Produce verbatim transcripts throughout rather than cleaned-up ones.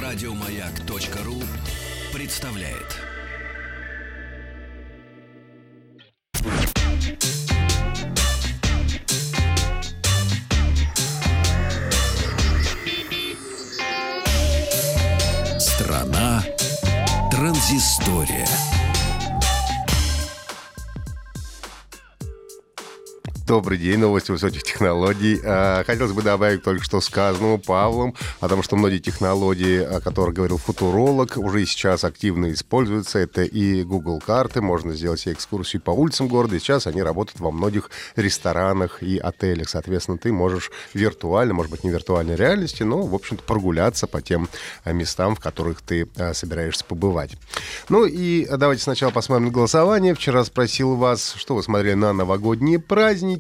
Радиомаяк.ру представляет. Страна транзистория. Добрый день, новости высоких технологий. Хотелось бы добавить только что сказанному Павлом о том, что многие технологии, о которых говорил футуролог, уже и сейчас активно используются. Это и Google карты, можно сделать себе экскурсию по улицам города. И сейчас они работают во многих ресторанах и отелях. Соответственно, ты можешь виртуально, может быть, не в виртуальной реальности, но, в общем-то, прогуляться по тем местам, в которых ты собираешься побывать. Ну и давайте сначала посмотрим на голосование. Вчера спросил вас, что вы смотрели на новогодние праздники.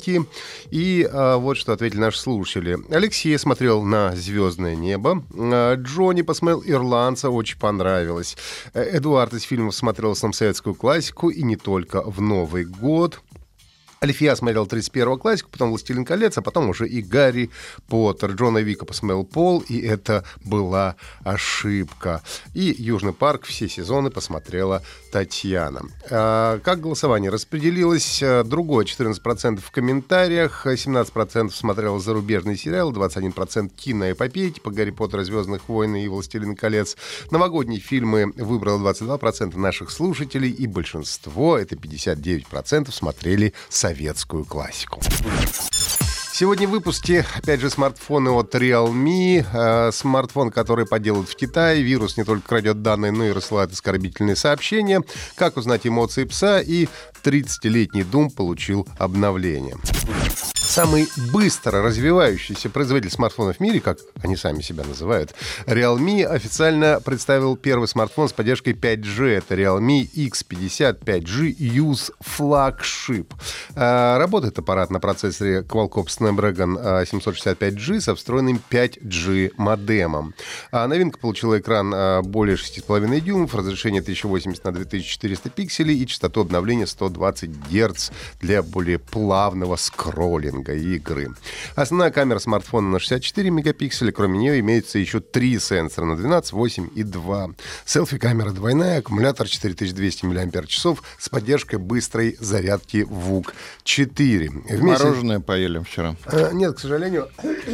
И а, вот что ответили наши слушатели. Алексей смотрел на «Звездное небо». А, Джонни посмотрел «Ирландца», очень понравилось. Эдуард из фильмов смотрел сам советскую классику и не только в Новый год. Альфия смотрел тридцать первого классику, потом «Властелин колец», а потом уже и «Гарри Поттер». Джона Вика посмотрел «Пол», и это была ошибка. И «Южный парк» все сезоны посмотрела Татьяна. А, как голосование распределилось? Другое четырнадцать процентов в комментариях, семнадцать процентов смотрел зарубежный сериал, двадцать один процент киноэпопеи типа «Гарри Поттер», «Звездных войн» и «Властелин колец». Новогодние фильмы выбрало двадцать два процента наших слушателей, и большинство, это пятьдесят девять процентов, смотрели советскую классику. Сегодня в выпуске, опять же, смартфоны от Realme. Э, смартфон, который поделают в Китае. Вирус не только крадет данные, но и рассылает оскорбительные сообщения. Как узнать эмоции пса. И тридцатилетний Doom получил обновление. Самый быстро развивающийся производитель смартфонов в мире, как они сами себя называют, Realme, официально представил первый смартфон с поддержкой пять джи. Это Realme икс пятьдесят пять джи Youth Flagship. А, работает аппарат на процессоре Qualcomm Snapdragon семьсот шестьдесят пять джи со встроенным пять джи модемом. А новинка получила экран а, более шесть и пять дюймов, разрешение тысяча восемьдесят на две тысячи четыреста пикселей и частоту обновления сто двадцать герц для более плавного скроллинга и игры. Основная камера смартфона на шестьдесят четыре мегапикселя. Кроме нее имеется еще три сенсора на двенадцать, восемь и два. Селфи-камера двойная, аккумулятор четыре тысячи двести миллиампер-часов с поддержкой быстрой зарядки вук четыре. Вместе... Мороженое поели вчера. А, нет, к сожалению...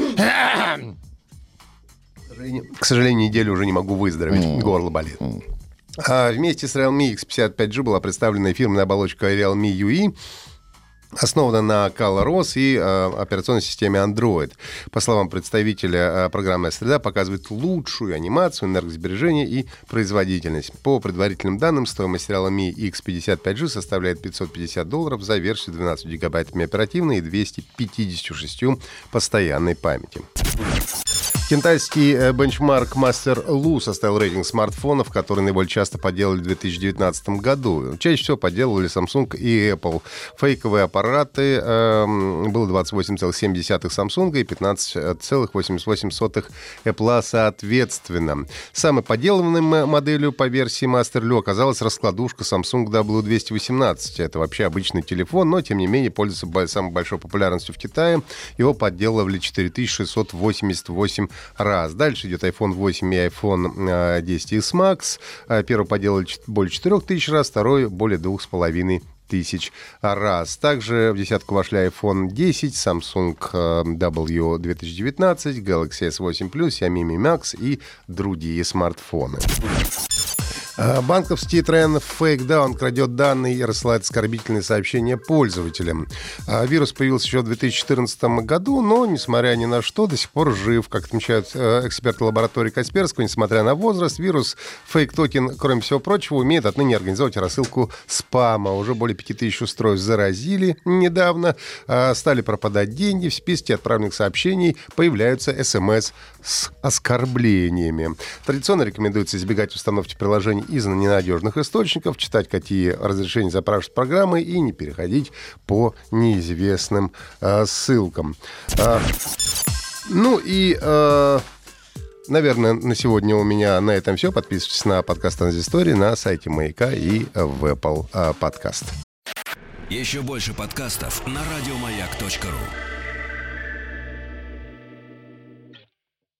К сожалению, неделю уже не могу выздороветь. Mm. Горло болит. Mm. А вместе с Realme икс пятьдесят пять джи была представлена фирменная оболочка Realme ю и. Основана на ColorOS и э, операционной системе Android. По словам представителя, э, программная среда показывает лучшую анимацию, энергосбережение и производительность. По предварительным данным, стоимость Realme икс пятьдесят пять джи составляет пятьсот пятьдесят долларов за версию двенадцать гигабайтами оперативной и двести пятьдесят шесть постоянной памяти. Китайский бенчмарк Master.lu составил рейтинг смартфонов, которые наиболее часто подделали в две тысячи девятнадцатом году. Чаще всего подделывали Samsung и Apple. Фейковые аппараты э, было двадцать восемь целых семь десятых Samsung и пятнадцать целых восемьдесят восемь сотых Apple соответственно. Самой подделанной моделью по версии Master.lu оказалась раскладушка Samsung дабл ю двести восемнадцать. Это вообще обычный телефон, но, тем не менее, пользуется самой большой популярностью в Китае. Его подделывали четыре тысячи шестьсот восемьдесят восемь раз. Дальше идет айфон восемь и айфон десять эс Max. Первый поделали более четырех тысяч раз, второй более двух с половиной тысяч раз. Также в десятку вошли айфон десять, Samsung дабл ю две тысячи девятнадцать, Galaxy эс восемь плюс, Xiaomi Mi Max и другие смартфоны. Банковский тренд FakeDown крадет данные и рассылает оскорбительные сообщения пользователям. Вирус появился еще в две тысячи четырнадцатом году, но, несмотря ни на что, до сих пор жив. Как отмечают эксперты лаборатории Касперского, несмотря на возраст, вирус FakeToken, кроме всего прочего, умеет отныне организовать рассылку спама. Уже более пяти тысяч устройств заразили недавно. Стали пропадать деньги. В списке отправленных сообщений появляются СМС с оскорблениями. Традиционно рекомендуется избегать установки приложений из ненадежных источников, читать, какие разрешения запрашивают программы, и не переходить по неизвестным э, ссылкам. Э, ну и, э, наверное, на сегодня у меня на этом все. Подписывайтесь на подкаст «Транзистория» на сайте Маяка и в Apple э, Podcast. Еще больше подкастов на радиомаяк точка ру.